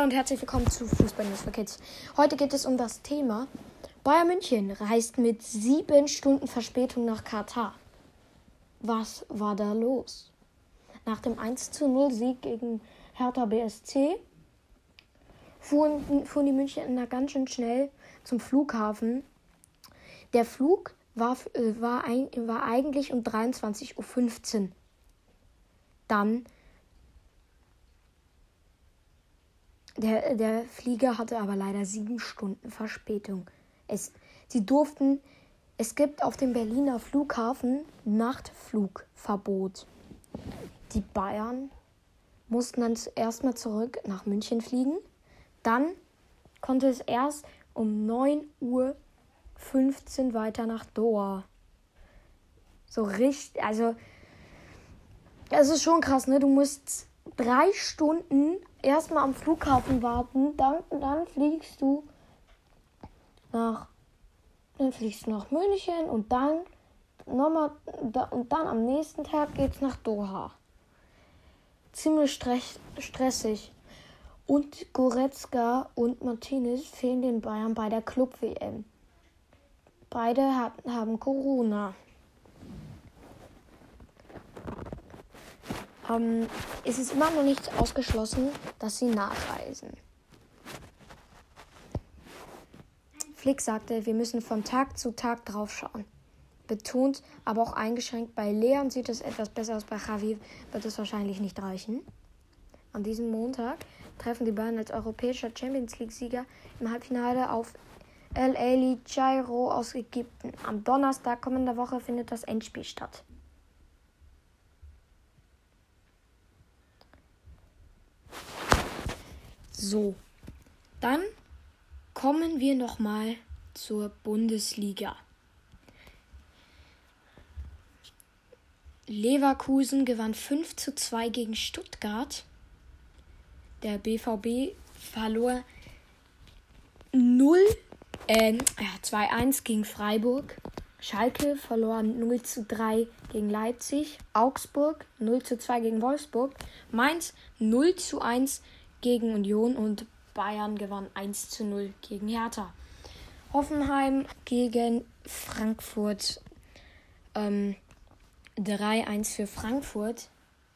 und herzlich willkommen zu Fußball News für Kids. Heute geht es um das Thema Bayern München reist mit 7 Stunden Verspätung nach Katar. Was war da los? Nach dem 1:0 Sieg gegen Hertha BSC fuhren die Münchner ganz schön schnell zum Flughafen. Der Flug war eigentlich um 23:15 Uhr. Dann der Flieger hatte aber leider 7 Stunden Verspätung. Es gibt auf dem Berliner Flughafen Nachtflugverbot. Die Bayern mussten dann erstmal zurück nach München fliegen. Dann konnte es erst um 9:15 Uhr weiter nach Doha. So richtig, also es ist schon krass, ne? Du musst 3 Stunden erstmal am Flughafen warten, dann fliegst du nach München und dann am nächsten Tag geht's nach Doha. Ziemlich stressig. Und Goretzka und Martinez fehlen den Bayern bei der Club-WM. Beide haben Corona. Es ist immer noch nicht ausgeschlossen, dass sie nachreisen. Flick sagte, wir müssen von Tag zu Tag drauf schauen. Betont, aber auch eingeschränkt, bei Leon sieht es etwas besser aus, bei Javi wird es wahrscheinlich nicht reichen. An diesem Montag treffen die Bayern als europäischer Champions-League-Sieger im Halbfinale auf El Ahly Cairo aus Ägypten. Am Donnerstag kommender Woche findet das Endspiel statt. So, dann kommen wir nochmal zur Bundesliga. Leverkusen gewann 5:2 gegen Stuttgart. Der BVB verlor 2:1 gegen Freiburg. Schalke verlor 0:3 gegen Leipzig. Augsburg 0:2 gegen Wolfsburg. Mainz 0:1 gegen Union und Bayern gewann 1:0 gegen Hertha. Hoffenheim gegen Frankfurt 3:1 für Frankfurt.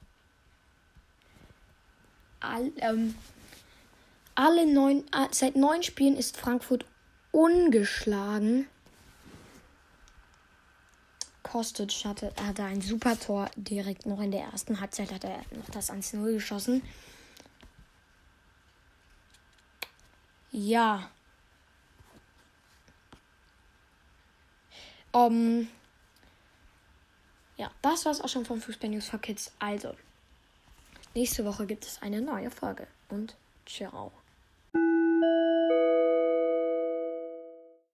Seit 9 Spielen ist Frankfurt ungeschlagen. Kostic hatte ein super Tor direkt noch in der ersten Halbzeit, hat er noch das 1:0 geschossen. Ja. Ja, das war's auch schon von Fußball News for Kids. Also, nächste Woche gibt es eine neue Folge und ciao.